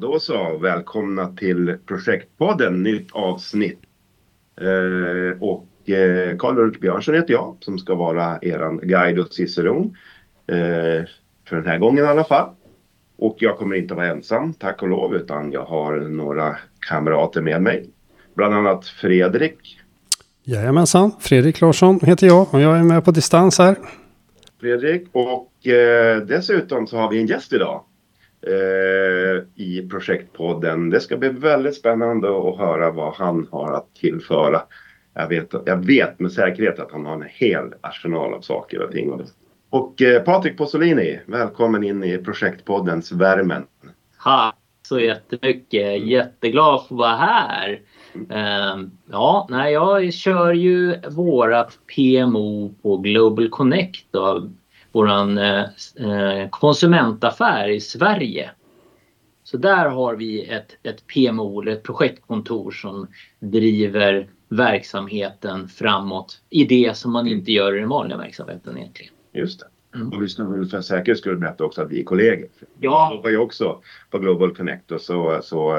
Då så, välkomna till Projektpodden, nytt avsnitt. Carl-Ulrik Björnsson heter jag som ska vara eran guide och ciceron. För den här gången i alla fall. Och jag kommer inte vara ensam, tack och lov, utan jag har några kamrater med mig. Bland annat Fredrik. Jajamensan, Fredrik Larsson heter jag och jag är med på distans här. Fredrik, och dessutom så har vi en gäst idag. I Projektpodden. Det ska bli väldigt spännande att höra vad han har att tillföra. Jag vet med säkerhet att han har en hel arsenal av saker och ting. Och Patrik Possolini, välkommen in i Projektpoddens värmen. Så jättemycket. Jätteglad för att vara här. Jag kör ju vårat PMO på Global Connect då. Våran konsumentaffär i Sverige. Så där har vi ett PMO eller ett projektkontor som driver verksamheten framåt i det som man inte gör i den vanliga verksamheten egentligen. Just det. Och vi ska väl för säkerhet skulle berätta också att vi är kollegor. Ja. Jag var ju också på Global Connect och så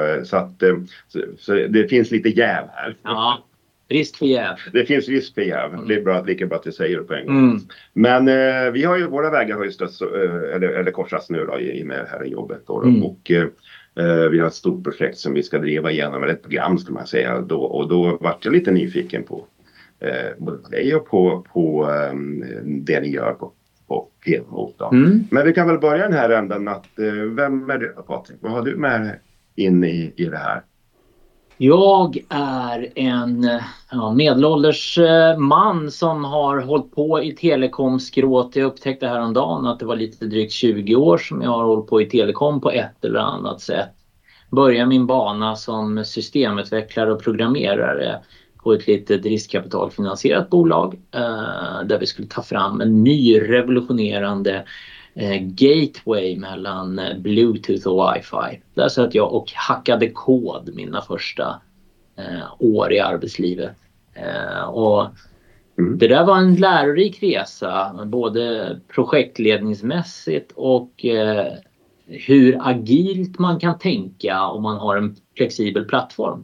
det finns lite jäv här. Ja. Risk för jäv. Det finns risk för jäv. Det är bra, lika bra att du säger det på en gång. Men vi har ju, våra vägar har ju stötts, eller korsats nu då, i med det här jobbet. Då, och vi har ett stort projekt som vi ska driva igenom, eller ett program ska man säga. Då vart jag lite nyfiken på dig och på det ni gör på PMO. Men vi kan väl börja den här ändan att vem är du, Patrik? Vad har du med in i det här? Jag är en medelålders man som har hållit på i telekomskrået. Jag upptäckte häromdagen att det var lite drygt 20 år som jag har hållit på i telekom på ett eller annat sätt. Började min bana som systemutvecklare och programmerare på ett litet riskkapitalfinansierat bolag. Där vi skulle ta fram en ny revolutionerande gateway mellan Bluetooth och Wi-Fi. Där satt jag och hackade kod mina första år i arbetslivet. Det där var en lärorik resa, både projektledningsmässigt och hur agilt man kan tänka om man har en flexibel plattform.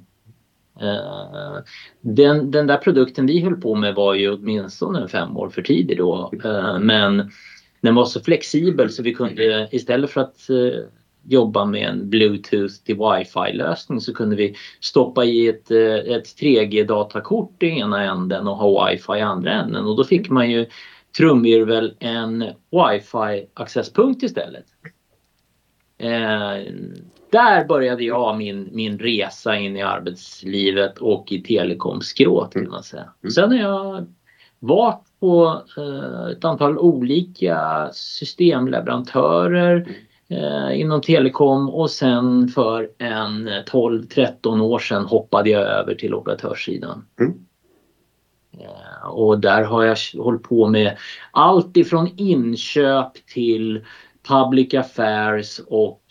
Den där produkten vi höll på med var ju åtminstone 5 år för tidigt då, men den var så flexibel så vi kunde istället för att jobba med en Bluetooth till Wi-Fi-lösning så kunde vi stoppa i ett 3G-datakort i ena änden och ha Wi-Fi i andra änden. Och då fick man ju trumvirvel en Wi-Fi-accesspunkt istället. Där började jag min resa in i arbetslivet och i telekomskrået kan man säga. Sen har jag varit på ett antal olika systemleverantörer inom telekom och sen för en 12-13 år sedan hoppade jag över till operatörssidan. Och där har jag hållit på med allt ifrån inköp till public affairs och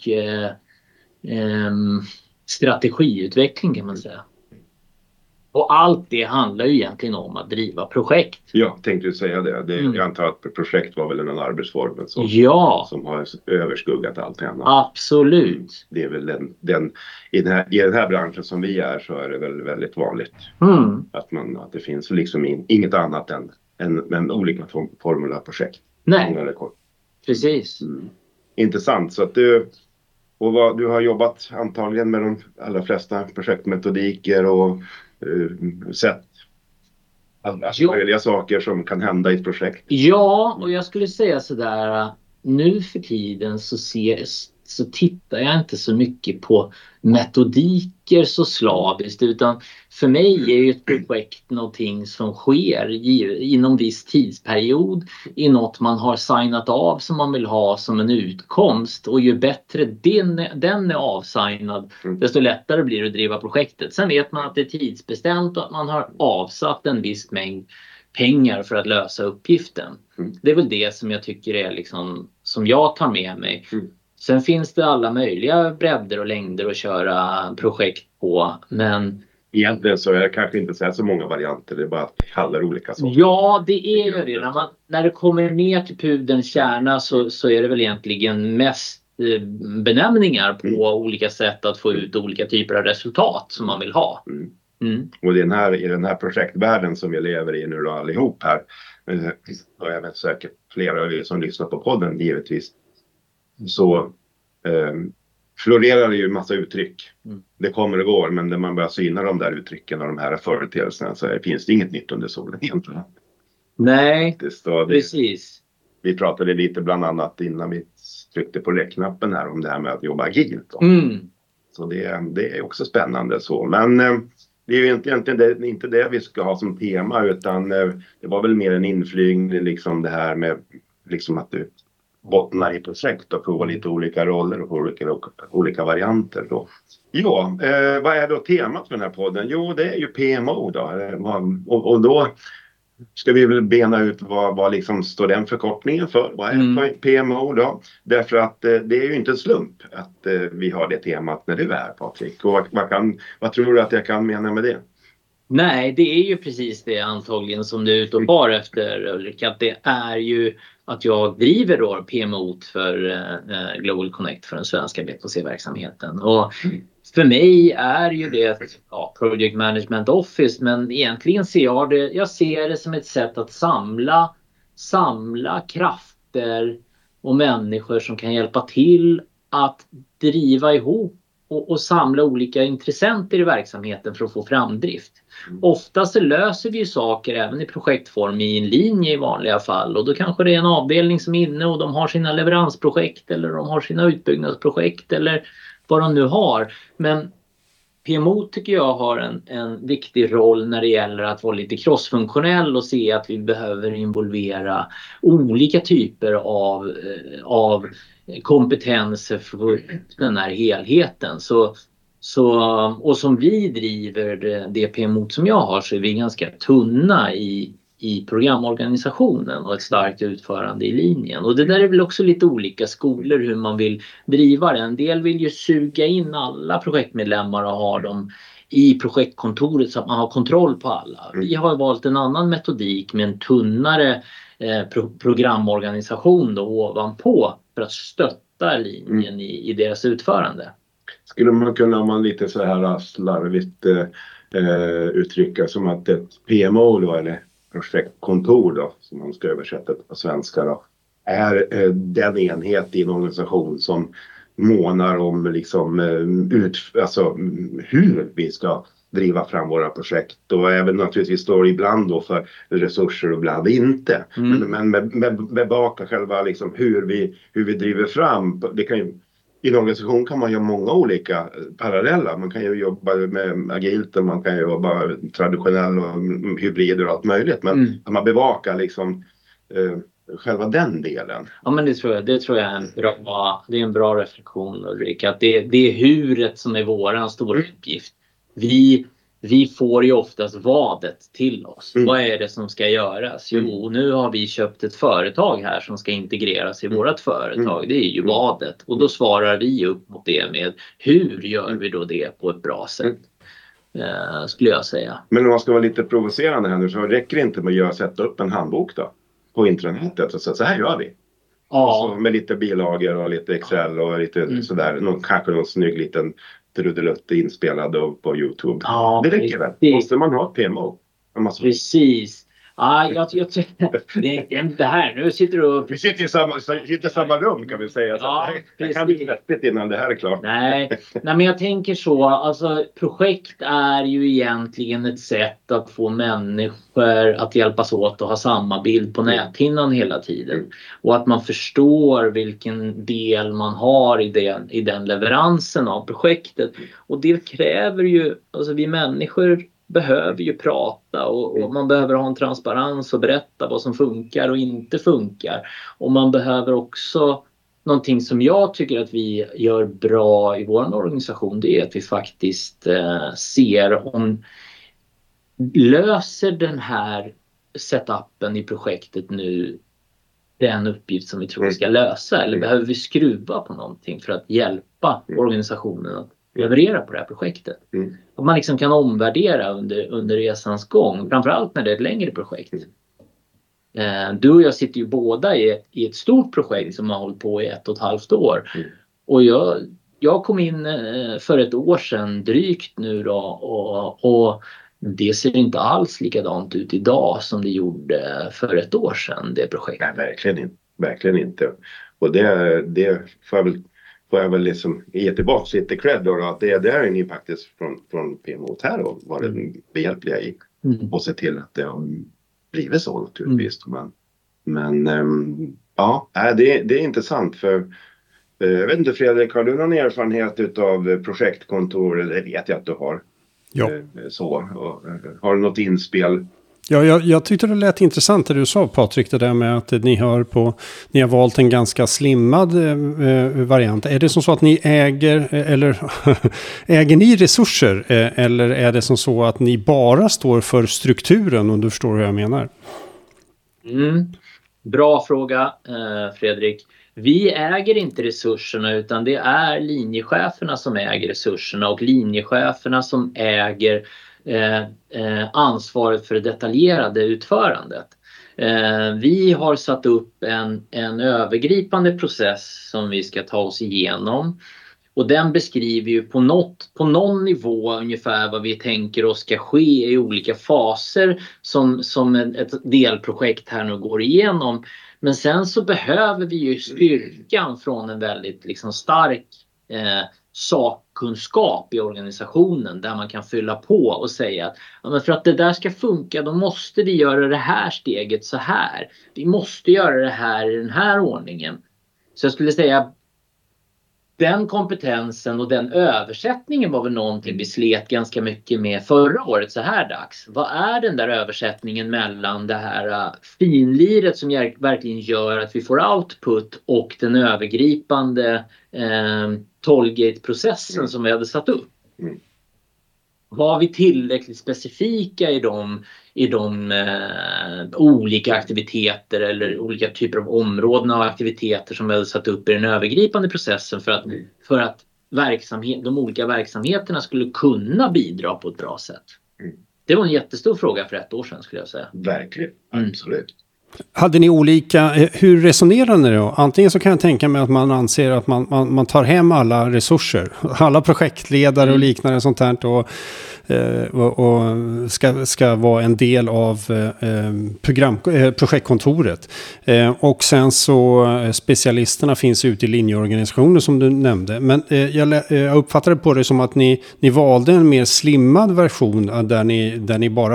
strategiutveckling kan man säga. Och allt det handlar ju egentligen om att driva projekt. Ja, tänkte du säga det. Jag antar att projekt var väl en arbetsform som har överskuggat allt annat. Absolut. Det är väl i den här branschen som vi är så är det väl väldigt vanligt. Att det finns liksom inget annat än olika former av projekt. Nej, precis. Intressant. Så att du har jobbat antagligen med de allra flesta projektmetodiker och sett alla möjliga saker som kan hända i ett projekt. Ja, och jag skulle säga sådär, nu för tiden så tittar jag inte så mycket på metodiker så slaviskt, utan för mig är ju ett projekt någonting som sker inom viss tidsperiod i något man har signat av som man vill ha som en utkomst, och ju bättre den är avsignad desto lättare blir det att driva projektet. Sen vet man att det är tidsbestämt och att man har avsatt en viss mängd pengar för att lösa uppgiften. Det är väl det som jag tycker är liksom, som jag tar med mig. Sen finns det alla möjliga bredder och längder att köra projekt på, men egentligen så är det kanske inte så många varianter, det är bara att det kallar olika saker. Ja, det är ju det. När det kommer ner till pudelns kärna så är det väl egentligen mest benämningar på olika sätt att få ut olika typer av resultat som man vill ha. Och i den här projektvärlden som vi lever i nu då allihop här, och även säkert flera av er som lyssnar på podden givetvis, så florerar det ju massa uttryck. Det kommer och går, men när man börjar syna de där uttrycken och de här företeelserna så finns det inget nytt under solen egentligen. Nej, precis. Vi pratade lite bland annat innan vi tryckte på räckknappen här om det här med att jobba agilt. Så det är också spännande så. Men det är ju egentligen inte det vi ska ha som tema, utan det var väl mer en inflygning liksom det här med liksom att du bottnar i projekt och provar lite olika roller och olika varianter då. Ja, vad är då temat för den här podden? Jo, det är ju PMO då. Och då ska vi väl bena ut vad liksom står den förkortningen för. Vad är PMO då? Därför att det är ju inte en slump att vi har det temat när du är här, Patrik. Och vad tror du att jag kan mena med det? Nej, det är ju precis det antagligen som du är ute och bar efter, Ulrika. Att det är ju att jag driver då PMO för Global Connect för den svenska B2C-verksamheten. Och för mig är ju det Project Management Office, men egentligen ser jag det som ett sätt att samla krafter och människor som kan hjälpa till att driva ihop och samla olika intressenter i verksamheten för att få framdrift. Ofta så löser vi ju saker även i projektform i en linje i vanliga fall, och då kanske det är en avdelning som är inne och de har sina leveransprojekt eller de har sina utbyggnadsprojekt eller vad de nu har. Men PMO tycker jag har en viktig roll när det gäller att vara lite crossfunktionell och se att vi behöver involvera olika typer av kompetenser för den här helheten. Och som vi driver det PMO som jag har, så är vi ganska tunna i programorganisationen och ett starkt utförande i linjen. Och det där är väl också lite olika skolor hur man vill driva det. En del vill ju suga in alla projektmedlemmar och ha dem i projektkontoret så att man har kontroll på alla. Vi har valt en annan metodik med en tunnare programorganisation då ovanpå för att stötta linjen i deras utförande. Skulle man kunna, om man lite så här slarvigt uttrycka som att ett PMO då, eller projektkontor då, som man ska översätta på svenska då, är den enhet i en organisation som månar om liksom alltså hur vi ska driva fram våra projekt, och även naturligtvis står ibland då för resurser och ibland inte. Men bevaka själva liksom hur vi driver fram. Det kan ju, i en organisation kan man göra många olika parallella. Man kan ju jobba med agilt och man kan ju jobba traditionell och hybrider och allt möjligt. Men att man bevakar liksom själva den delen. Ja, men det tror jag är en bra reflektion, Ulrika. Att det är huret som är våran stora uppgift. Vi får ju oftast vadet till oss. Vad är det som ska göras? Jo, nu har vi köpt ett företag här som ska integreras i vårt företag. Det är ju vadet. Och då svarar vi upp mot det med hur gör vi då det på ett bra sätt? Skulle jag säga. Men om man ska vara lite provocerande här nu, så räcker det inte med att sätta upp en handbok då på intranätet och säga så här gör vi. Ja. Så med lite bilagor och lite Excel och lite sådär. Kanske någon snygg liten trudelutt inspelad på YouTube. Ja, det räcker väl. Måste man ha ett PMO? Precis. Ja, jag tycker det här. Nu sitter du och... Vi sitter i samma rum kan vi säga. Ja, det kan bli släppigt innan det här är klart. Nej, men jag tänker så. Alltså, projekt är ju egentligen ett sätt att få människor att hjälpas åt och ha samma bild på näthinnan hela tiden. Och att man förstår vilken del man har i den leveransen av projektet. Och det kräver ju, alltså vi människor behöver ju prata och man behöver ha en transparens och berätta vad som funkar och inte funkar. Och man behöver också, någonting som jag tycker att vi gör bra i vår organisation, det är att vi faktiskt ser om löser den här setupen i projektet nu den uppgift som vi tror vi ska lösa, eller behöver vi skruva på någonting för att hjälpa organisationen att leverera på det här projektet. Och man liksom kan omvärdera under resans gång, framförallt när det är ett längre projekt. Du och jag sitter ju båda i ett stort projekt som har hållit på i 1,5 år. Och jag kom in för ett år sedan drygt nu då och det ser inte alls likadant ut idag som det gjorde för ett år sedan, det projektet. Nej, verkligen inte. Och det får jag väl liksom ge tillbaka lite cred då, att det är ni faktiskt från PMO här och varit behjälpliga i. Och se till att det har blivit så naturligtvis. Men ja, det är intressant för jag vet inte Fredrik, har du någon erfarenhet utav projektkontor? Det vet jag att du har. Ja. Har du något inspel? Ja, jag tyckte det lät intressant det du sa, Patrik, det där med att ni har valt en ganska slimmad variant. Är det som så att ni äger ni resurser eller är det som så att ni bara står för strukturen, om du förstår hur jag menar? Bra fråga, Fredrik. Vi äger inte resurserna utan det är linjecheferna som äger resurserna och linjecheferna som äger ansvaret för det detaljerade utförandet. Vi har satt upp en övergripande process som vi ska ta oss igenom. Och den beskriver ju på någon nivå ungefär vad vi tänker oss ska ske i olika faser som ett delprojekt här nu går igenom. Men sen så behöver vi ju styrkan från en väldigt liksom stark sakkunskap i organisationen där man kan fylla på och säga att ja, men för att det där ska funka då måste vi göra det här steget så här. Vi måste göra det här i den här ordningen. Så jag skulle säga den kompetensen och den översättningen var väl någonting vi slet ganska mycket med förra året så här dags. Vad är den där översättningen mellan det här finliret som verkligen gör att vi får output och den övergripande Tollgate-processen som vi hade satt upp? Var vi tillräckligt specifika i de olika aktiviteter eller olika typer av områden av aktiviteter som vi hade satt upp i den övergripande processen för att de olika verksamheterna skulle kunna bidra på ett bra sätt? Det var en jättestor fråga för ett år sedan skulle jag säga. Verkligen, absolut. Hade ni olika, hur resonerar ni då? Antingen så kan jag tänka mig att man anser att man tar hem alla resurser, alla projektledare och liknande sånt här och ska vara en del av projektkontoret. Och sen så specialisterna finns ute i linjeorganisationer som du nämnde. Men jag uppfattade på det som att ni valde en mer slimmad version där ni bara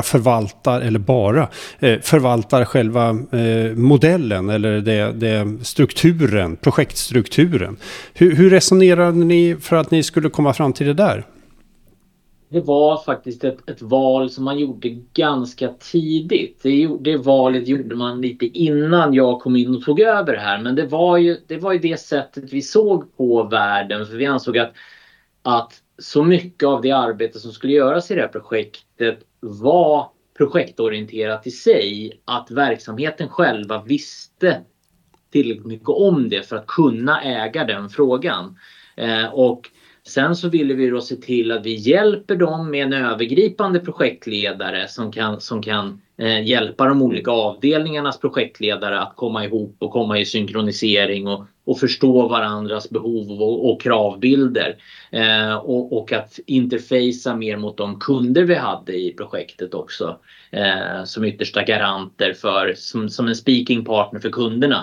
förvaltar själva modellen eller det strukturen, projektstrukturen. Hur resonerade ni för att ni skulle komma fram till det där? Det var faktiskt ett val som man gjorde ganska tidigt. Det valet gjorde man lite innan jag kom in och tog över här. Men det var ju det sättet vi såg på världen. För vi ansåg att så mycket av det arbete som skulle göras i det här projektet var projektorienterat i sig. Att verksamheten själva visste tillräckligt mycket om det för att kunna äga den frågan. Och sen så ville vi då se till att vi hjälper dem med en övergripande projektledare som kan hjälpa de olika avdelningarnas projektledare att komma ihop och komma i synkronisering och förstå varandras behov och kravbilder. Och att interfacea mer mot de kunder vi hade i projektet också. Som yttersta garanter som en speaking partner för kunderna.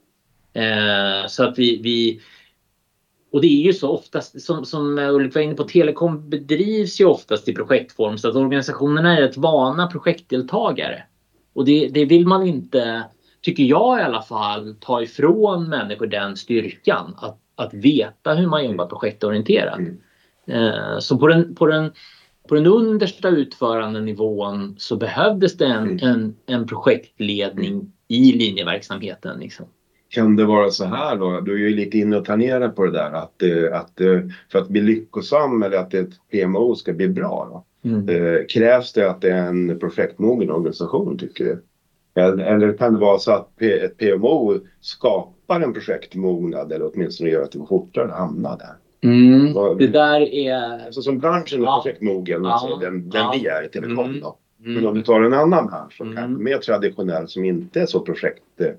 Så att vi och det är ju så oftast, som Ulf var inne på, telekom bedrivs ju oftast i projektform så att organisationerna är rätt vana projektdeltagare. Och det vill man inte, tycker jag i alla fall, ta ifrån människor den styrkan att veta hur man jobbar projektorienterat. Så på den understa utförande nivån så behövdes det en projektledning i linjeverksamheten liksom. Kan det vara så här då? Du är ju lite inne och planerar på det där att för att bli lyckosam eller att ett PMO ska bli bra då, krävs det att det är en projektmogen organisation tycker du? Eller kan det vara så att ett PMO skapar en projektmognad eller åtminstone gör att det går fortare att hamna där? Det där är... Så som branschen är projektmogen, alltså den vi är i telekom då. Men om du tar en annan bransch som är mer traditionell som inte är så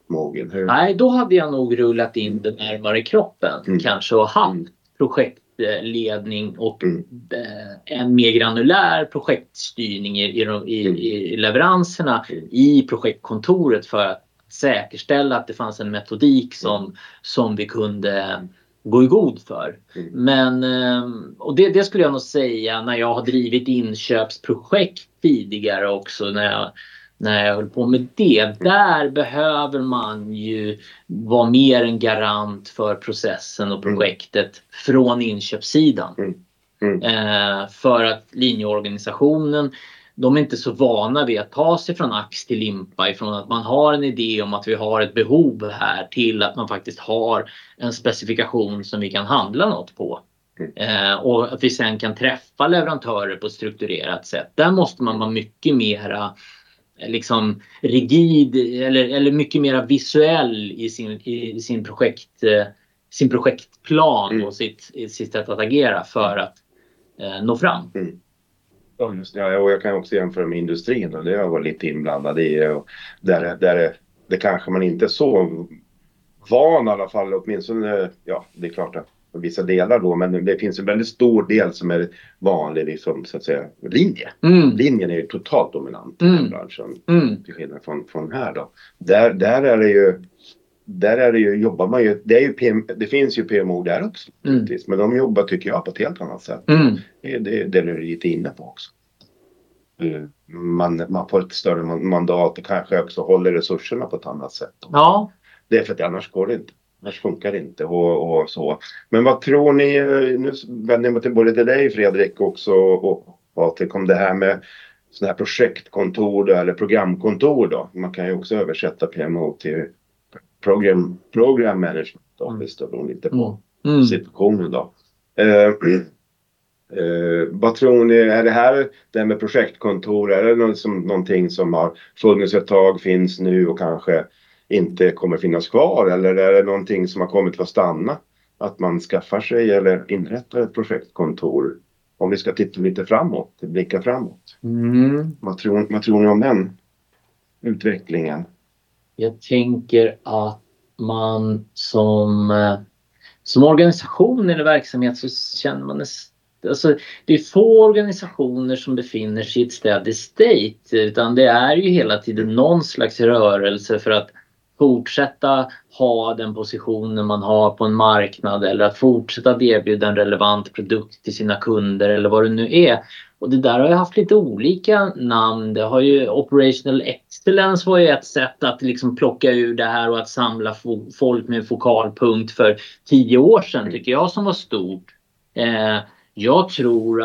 mogen? Nej, då hade jag nog rullat in det närmare kroppen kanske och haft projektledning och en mer granulär projektstyrning i leveranserna i projektkontoret för att säkerställa att det fanns en metodik som vi kunde gå i god för. Men och det skulle jag nog säga när jag har drivit inköpsprojekt tidigare också när jag höll på med det. Där behöver man ju vara mer en garant för processen och projektet från inköpssidan. För att linjeorganisationen, de är inte så vana vid att ta sig från ax till limpa, ifrån att man har en idé om att vi har ett behov här till att man faktiskt har en specifikation som vi kan handla något på. Och att vi sen kan träffa leverantörer på ett strukturerat sätt. Där måste man vara mycket mera liksom rigid eller mycket mera visuell i sin projektplan och sitt sätt att agera för att nå fram. Ja, just det. Och jag kan också jämföra med industrin och det har jag varit lite inblandad i. Och där det kanske man inte är så van i alla fall, åtminstone, ja det är klart att vissa delar då, men det finns en väldigt stor del som är vanlig liksom, så att säga, linje. Linjen är ju totalt dominant i den branschen till skillnad från här då. Där är det ju jobbar man ju, det finns ju PMO där också men de jobbar tycker jag på ett helt annat sätt. Det är du lite inne på också. Man får ett större mandat och kanske också håller resurserna på ett annat sätt. Ja. Det är för att annars går det inte. Annars funkar det inte och så. Men vad tror ni, nu vänder jag mig till både till dig Fredrik också och Patrik, om det här med sådana här projektkontor eller programkontor då. Man kan ju också översätta PMO till program management office då, lite på situationen då. Vad tror ni, är det här det med projektkontor, är det någonting som har funnits ett tag, finns nu och kanske inte kommer finnas kvar, eller är det någonting som har kommit för att stanna, att man skaffar sig eller inrättar ett projektkontor, om vi ska titta lite framåt, blicka framåt? Vad tror ni om den utvecklingen? Jag tänker att man som organisation eller verksamhet så känner man alltså, det är få organisationer som befinner sig i ett steady state, utan det är ju hela tiden någon slags rörelse för att fortsätta ha den positionen man har på en marknad eller att fortsätta erbjuda en relevant produkt till sina kunder eller vad det nu är. Och det där har ju haft lite olika namn. Det har ju Operational Excellence var ju ett sätt att liksom plocka ur det här och att samla folk med en fokalpunkt för 10 år sedan tycker jag som var stort. Jag tror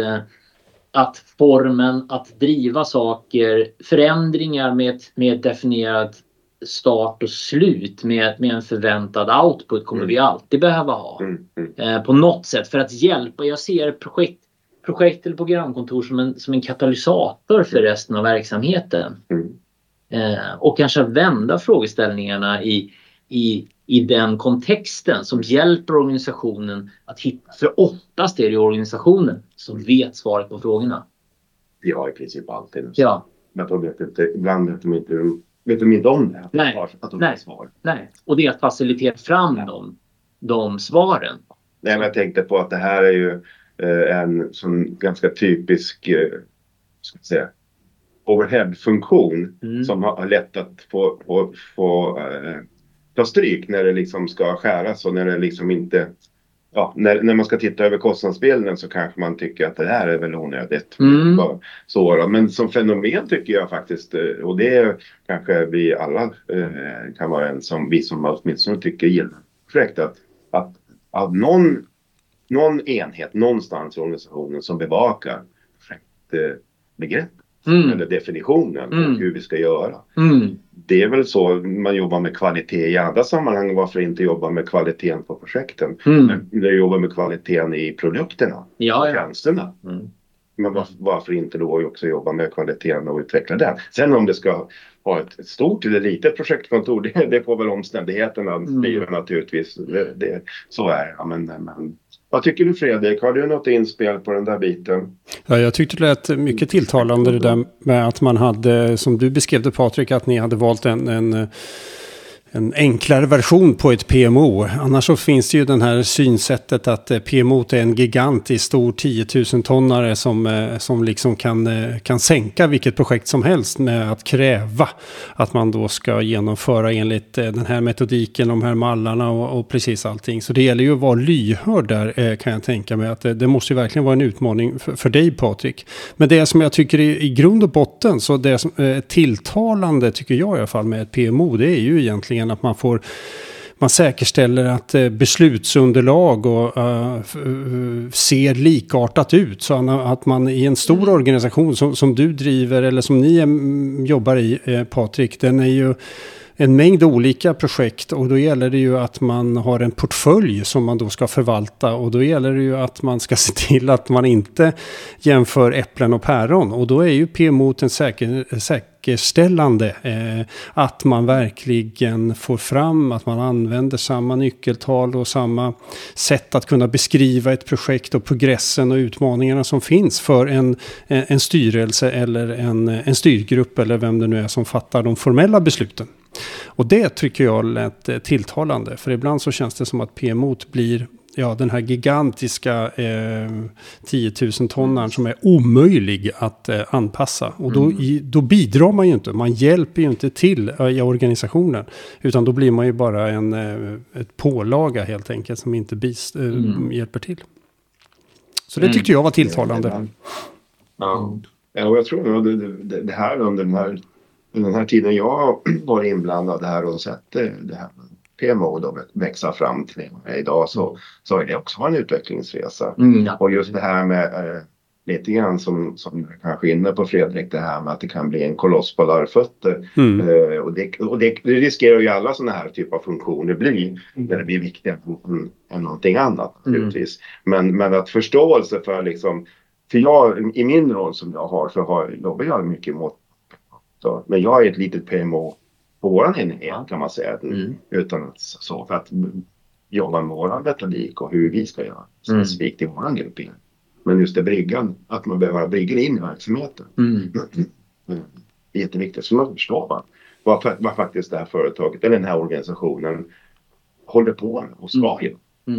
att formen att driva saker, förändringar med ett definierat start och slut med en förväntad output kommer vi alltid behöva ha. På något sätt för att hjälpa. Jag ser projekt eller programkontor som en katalysator för resten av verksamheten. Och kanske vända frågeställningarna i den kontexten som hjälper organisationen att hitta, för oftast är det organisationen som vet svaret på frågorna. Ja, i princip alltid. Ja. Men de vet inte, ibland vet de inte om det. Att de har svar. Nej, och det är att facilitera fram de svaren. Nej, men jag tänkte på att det här är ju en sån ganska typisk ska jag säga, overhead-funktion som har lätt att få ta stryk när det liksom ska skäras och när det liksom inte, ja, när man ska titta över kostnadsbilden så kanske man tycker att det här är väl onödigt. Så då. Men som fenomen tycker jag faktiskt, och det kanske vi alla kan vara en som vi som åtminstone tycker gillar projektet, att någon enhet någonstans i organisationen som bevakar projektbegrepp eller definitionen och hur vi ska göra. Det är väl så man jobbar med kvalitet i andra sammanhang. Varför inte jobba med kvaliteten på projekten? När du jobbar med kvaliteten i produkterna och tjänsterna. Men varför inte då också jobba med kvaliteten och utveckla den? Sen om det ska ha ett stort eller litet projektkontor, det får väl omständigheterna styra naturligtvis. Så är det. Ja, men vad tycker du Fredrik? Har du något inspel på den där biten? Ja, jag tyckte det lät mycket tilltalande det där med att man hade, som du beskrev det Patrik, att ni hade valt en en enklare version på ett PMO. Annars så finns det ju den här synsättet att PMO är en gigantisk stor 10 000-tonnare som liksom kan sänka vilket projekt som helst med att kräva att man då ska genomföra enligt den här metodiken, de här mallarna och precis allting. Så det gäller ju att vara lyhörd där, kan jag tänka mig. Att det måste ju verkligen vara en utmaning för dig, Patrik. Men det som jag tycker i grund och botten, så det som är tilltalande tycker jag i alla fall med ett PMO, det är ju egentligen att man säkerställer att beslutsunderlag och ser likartat ut. Så att man i en stor organisation som du driver eller som ni jobbar i, Patrik, den är ju en mängd olika projekt och då gäller det ju att man har en portfölj som man då ska förvalta och då gäller det ju att man ska se till att man inte jämför äpplen och päron och då är ju PMO en säkerställande att man verkligen får fram att man använder samma nyckeltal och samma sätt att kunna beskriva ett projekt och progressen och utmaningarna som finns för en styrelse eller en styrgrupp eller vem det nu är som fattar de formella besluten. Och det tycker jag lät tilltalande. För ibland så känns det som att PMO blir den här gigantiska 10 000-tonnaren som är omöjlig att anpassa. Och då bidrar man ju inte. Man hjälper ju inte till i organisationen. Utan då blir man ju bara ett pålaga helt enkelt som inte hjälper till. Så det tyckte jag var tilltalande. Ja, och jag tror nog det här under den här tiden jag var inblandad här och sett det här PMO då växa fram till idag så är det också en utvecklingsresa. Och just det här med lite grann som kanske inne på Fredrik, det här med att det kan bli en koloss på lärfötter. Och det riskerar ju alla sådana här typer av funktioner bli när det blir viktigare än någonting annat naturligtvis. Men att förståelse för liksom, för jag i min roll som jag har så jobbar jag mycket mot. Men jag är ett litet PMO på våran enhet kan man säga. Utan att så för att jobba med våran metodik och hur vi ska göra. Specifikt i våran grupp. Men just det bryggan, att man behöver brygga in i verksamheten. Det är jätteviktigt. Så man förstår vad faktiskt det här företaget eller den här organisationen håller på med och ska göra.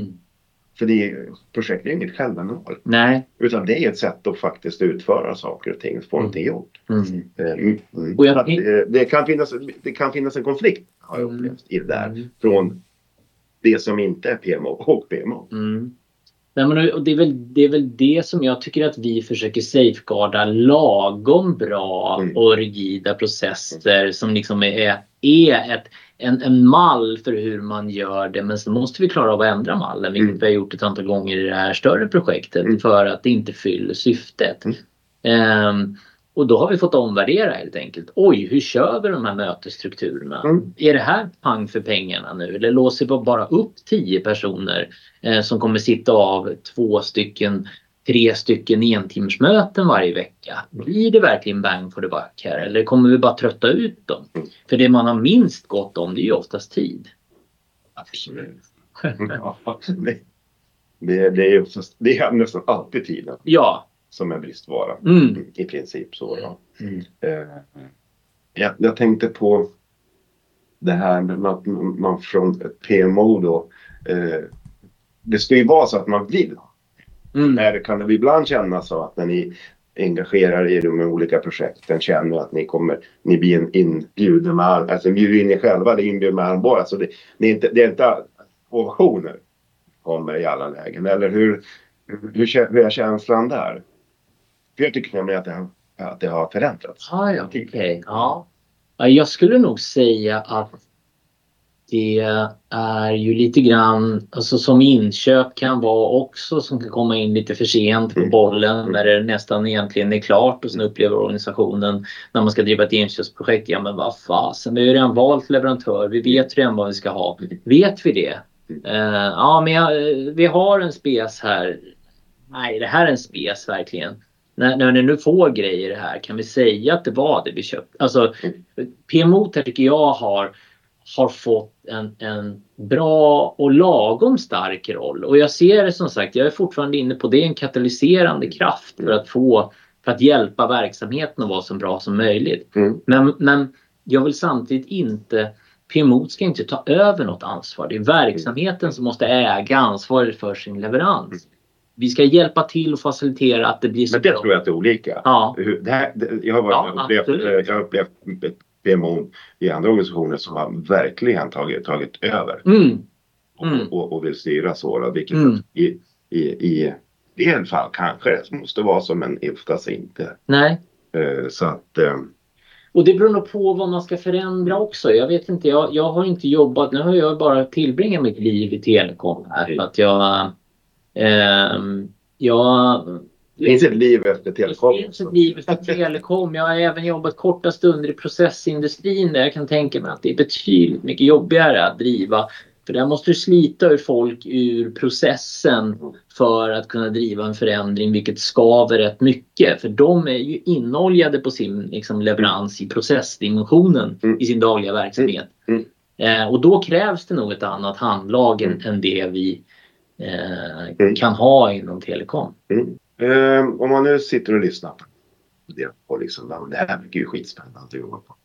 För projektet är inget självändamål. Nej. Utan det är ett sätt att faktiskt utföra saker och ting. Få någonting gjort. Och det kan finnas en konflikt har jag upplevt i det där. Från det som inte är PMO och PMO. Nej, men det är väl det som jag tycker att vi försöker safeguarda lagom bra och rigida processer som liksom är en mall för hur man gör det, men så måste vi klara av att ändra mallen, vilket vi har gjort ett antal gånger i det här större projektet för att det inte fyller syftet. Och då har vi fått omvärdera helt enkelt. Oj, hur kör vi de här mötesstrukturerna? Är det här pang för pengarna nu? Eller låser vi bara upp 10 personer som kommer sitta av 3 stycken entimmersmöten varje vecka? Blir det verkligen bang for the buck här? Eller kommer vi bara trötta ut dem? För det man har minst gott om, det är ju oftast tid. Absolut. Det är nästan alltid tiden. Ja. Som är bristvara. I princip så. Jag tänkte på det här med att man från ett PMO då. Det ska ju vara så att man vill. Kan det ibland kännas så att när ni engagerar er i de olika projekten känner att ni blir inbjudna med, alltså bjuder in er själva eller inbjuder med andra. Alltså det är inte ovationer kommer i alla lägen. Eller hur är känslan där? För jag tycker nämligen att det har förändrats. Okej. Ja. Jag skulle nog säga att det är ju lite grann, alltså som inköp kan vara också, som kan komma in lite för sent på bollen när det nästan egentligen är klart och sen upplever organisationen när man ska driva ett inköpsprojekt, ja men vad fasen, vi har ju redan valt leverantör, vi vet redan vad vi ska ha. Vet vi det? Vi har en spes här. Nej, det här är en spes verkligen. När ni nu får grejer det här, kan vi säga att det var det vi köpte? Alltså, PMO här tycker jag har fått en bra och lagom stark roll. Och jag ser det som sagt, jag är fortfarande inne på det, en katalyserande kraft för att hjälpa verksamheten att vara så bra som möjligt. Men jag vill samtidigt inte PMO ska inte ta över något ansvar. Det är verksamheten som måste äga ansvaret för sin leverans. Vi ska hjälpa till och facilitera att det blir så bra. Men det bra. tror jag att det är olika. Ja. Jag har upplevt PMO i andra organisationer som har verkligen tagit över. Och vill styra så. Vilket i del fall kanske det måste vara som en oftast inte. Nej. Så att... Och det beror nog på vad man ska förändra också. Jag vet inte, jag har inte jobbat, nu har jag bara tillbringat mitt liv i telekom här. Att det finns ett liv efter telekom. Det finns ett liv efter telekom. Jag har även jobbat korta stunder i processindustrin där jag kan tänka mig att det är betydligt mycket jobbigare att driva. För där måste du slita ur folk ur processen för att kunna driva en förändring, vilket skaver rätt mycket. För de är ju inoljade på sin leverans i processdimensionen i sin dagliga verksamhet. Och då krävs det nog ett annat handlag än det vi kan ha inom telekom. Om man nu sitter och lyssnar på det och det här är ju skitspännande att jobba på.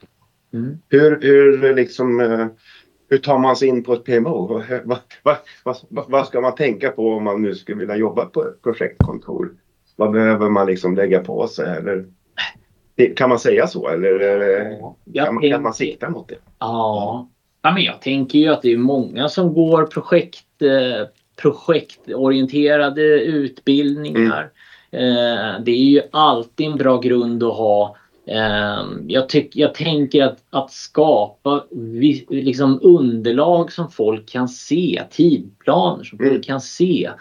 Hur tar man sig in på ett PMO? Vad ska man tänka på om man nu skulle vilja jobba på ett projektkontor? Vad behöver man lägga på sig? Eller, kan man säga så? Eller kan man sikta mot det? Ja, men jag tänker ju att det är många som går projektorienterade utbildningar. Det är ju alltid en bra grund att ha. Jag tänker att skapa underlag som folk kan se, tidplaner som folk kan se.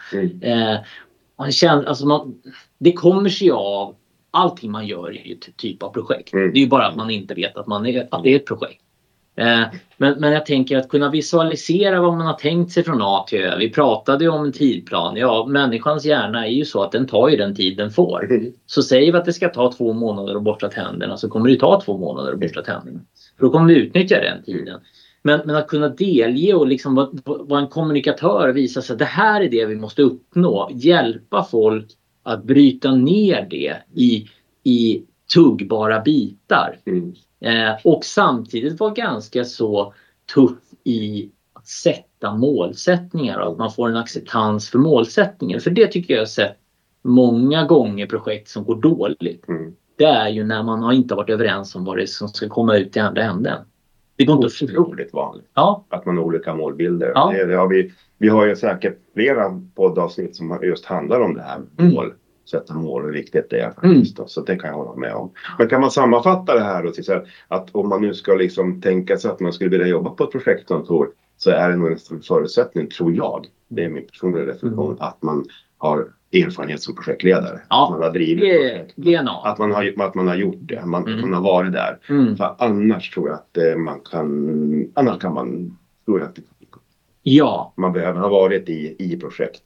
Det kommer sig av allting man gör i ett typ av projekt. Det är ju bara att man inte vet att det är ett projekt. Men jag tänker att kunna visualisera vad man har tänkt sig från A till Ö. Vi pratade ju om en tidplan. Ja, människans hjärna är ju så att den tar ju den tid den får. Så säger vi att det ska ta 2 månader att borsta tänderna, så kommer det ta 2 månader att borsta tänderna. För då kommer vi utnyttja den tiden. Men att kunna delge och vara en kommunikatör och visa sig att det här är det vi måste uppnå. Hjälpa folk att bryta ner det i tuggbara bitar. Och samtidigt vara ganska så tuff i att sätta målsättningar och att man får en acceptans för målsättningen. För det tycker jag har sett många gånger projekt som går dåligt. Det är ju när man inte har varit överens om vad det är som ska komma ut i andra änden. Det går inte att otroligt vanligt. Ja. Att man har olika målbilder. Ja. Det har vi har ju säkert flera poddavsnitt som just handlar om det här mål. Sätta mål och viktigt det är faktiskt. Så det kan jag hålla med om. Men kan man sammanfatta det här och säga att om man nu ska tänka sig att man skulle vilja jobba på ett projektkontor, så är det nog en förutsättning, tror jag. Det är min personliga reflektion, att man har erfarenhet som projektledare. Ja, att man har drivit projekt. Att man har gjort det. Man har varit där. För annars tror jag att man kan... Annars kan man... Tror jag att ja. Man behöver ha varit i projekt.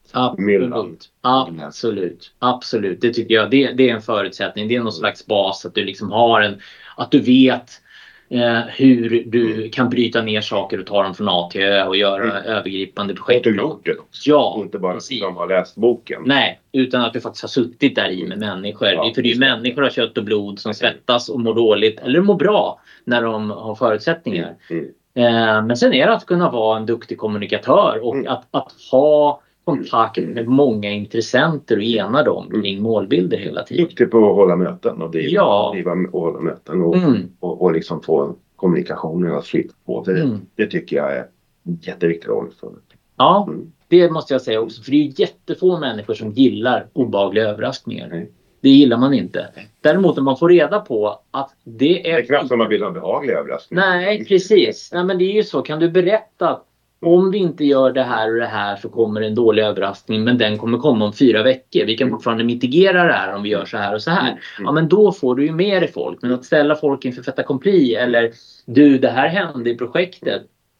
Absolut. Det tycker jag. Det är en förutsättning. Det är någon slags bas att du har att du vet hur du kan bryta ner saker och ta dem från A till Ö och göra övergripande projekt. Och du har gjort det också. Ja. Inte bara som har läst boken. Nej, utan att du faktiskt har suttit där i med människor. Ja, för det är ju människor av kött och blod som svettas och mår dåligt eller mår bra när de har förutsättningar. Men sen är det att kunna vara en duktig kommunikatör och att ha kontakt med många intressenter och ena dem kring målbilder hela tiden. Duktig på att hålla möten och driva och hålla möten och få kommunikationen att flytta på. Det tycker jag är en jätteviktig roll för. Ja, det måste jag säga också. För det är jättefå människor som gillar obehagliga överraskningar. Det gillar man inte. Däremot om man får reda på att det är... Det är knappt som man vill ha behagliga överraskningar. Nej, precis. Nej, men det är ju så. Kan du berätta att om vi inte gör det här och det här så kommer en dålig överraskning, men den kommer komma om 4 veckor. Vi kan fortfarande mitigera det här om vi gör så här och så här. Ja, men då får du ju med dig folk. Men att ställa folk inför fait accompli eller det här hände i projektet.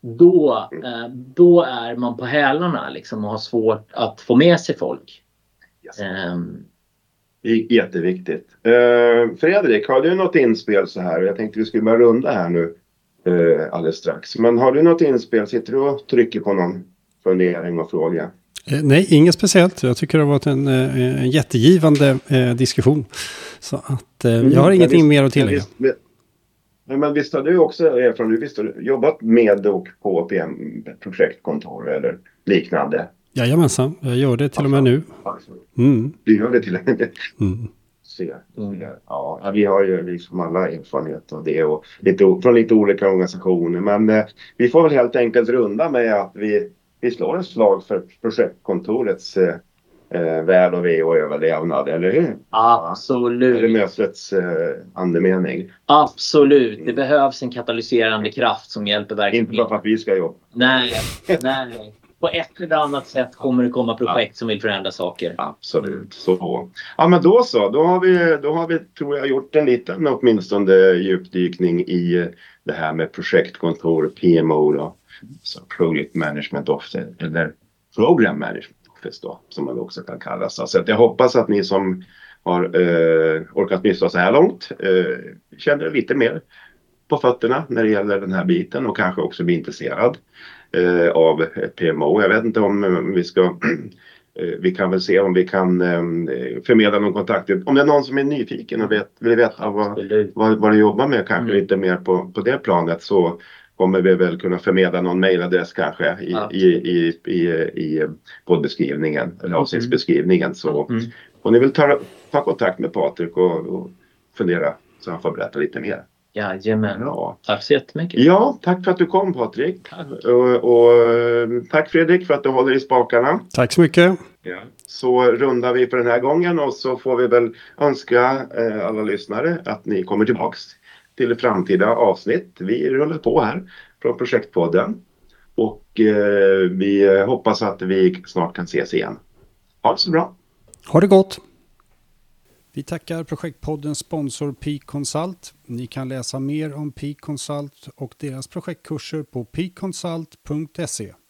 Då är man på hälarna och har svårt att få med sig folk. Yes. Det är jätteviktigt. Fredrik, har du något inspel så här? Jag tänkte vi skulle börja runda här nu alldeles strax. Men har du något inspel? Sitter du och trycker på någon fundering och fråga? Nej, inget speciellt. Jag tycker det har varit en jättegivande diskussion. Så att jag har ingenting mer att tillägga. Men visst har du också jobbat med och på PM-projektkontor eller liknande? Jajamensan, jag gör det till och med nu. Du gör det till och med nu? Ja, vi har ju liksom alla erfarenhet av det och från lite olika organisationer. Men vi får väl helt enkelt runda med att vi slår ett slag för projektkontorets väl och ve och överlevnad, eller hur? Absolut. Eller mötets andemening. Absolut. Det behövs en katalyserande kraft som hjälper verkligen. Inte bara för att vi ska jobba. Nej. På ett eller annat sätt kommer det komma projekt som vill förändra saker. Absolut. Så. Ja, men då så. Då har vi tror jag gjort en liten åtminstone djupdykning i det här med projektkontor, PMO då. Så Project Management Office eller Program Management Office då, som man också kan kalla sig. Så att jag hoppas att ni som har orkat lyssna så här långt känner lite mer på fötterna när det gäller den här biten och kanske också blir intresserad av PMO. Jag vet inte om vi ska vi kan väl se om vi kan förmedla någon kontakt. Om det är någon som är nyfiken och vill veta vad du jobbar med kanske lite mer på det planet, så kommer vi väl kunna förmedla någon mejladress kanske i poddbeskrivningen eller avsnittsbeskrivningen. Så får ni väl ta kontakt med Patrik och fundera så han får berätta lite mer. Jajamän. Ja. Tack så jättemycket. Ja, tack för att du kom, Patrik. Och tack Fredrik för att du håller i spakarna. Tack så mycket. Ja. Så rundar vi för den här gången och så får vi väl önska alla lyssnare att ni kommer tillbaks till framtida avsnitt. Vi rullar på här från Projektpodden och vi hoppas att vi snart kan ses igen. Ha det så bra. Ha det gott. Vi tackar Projektpoddens sponsor Peak Consult. Ni kan läsa mer om Peak Consult och deras projektkurser på peakconsult.se.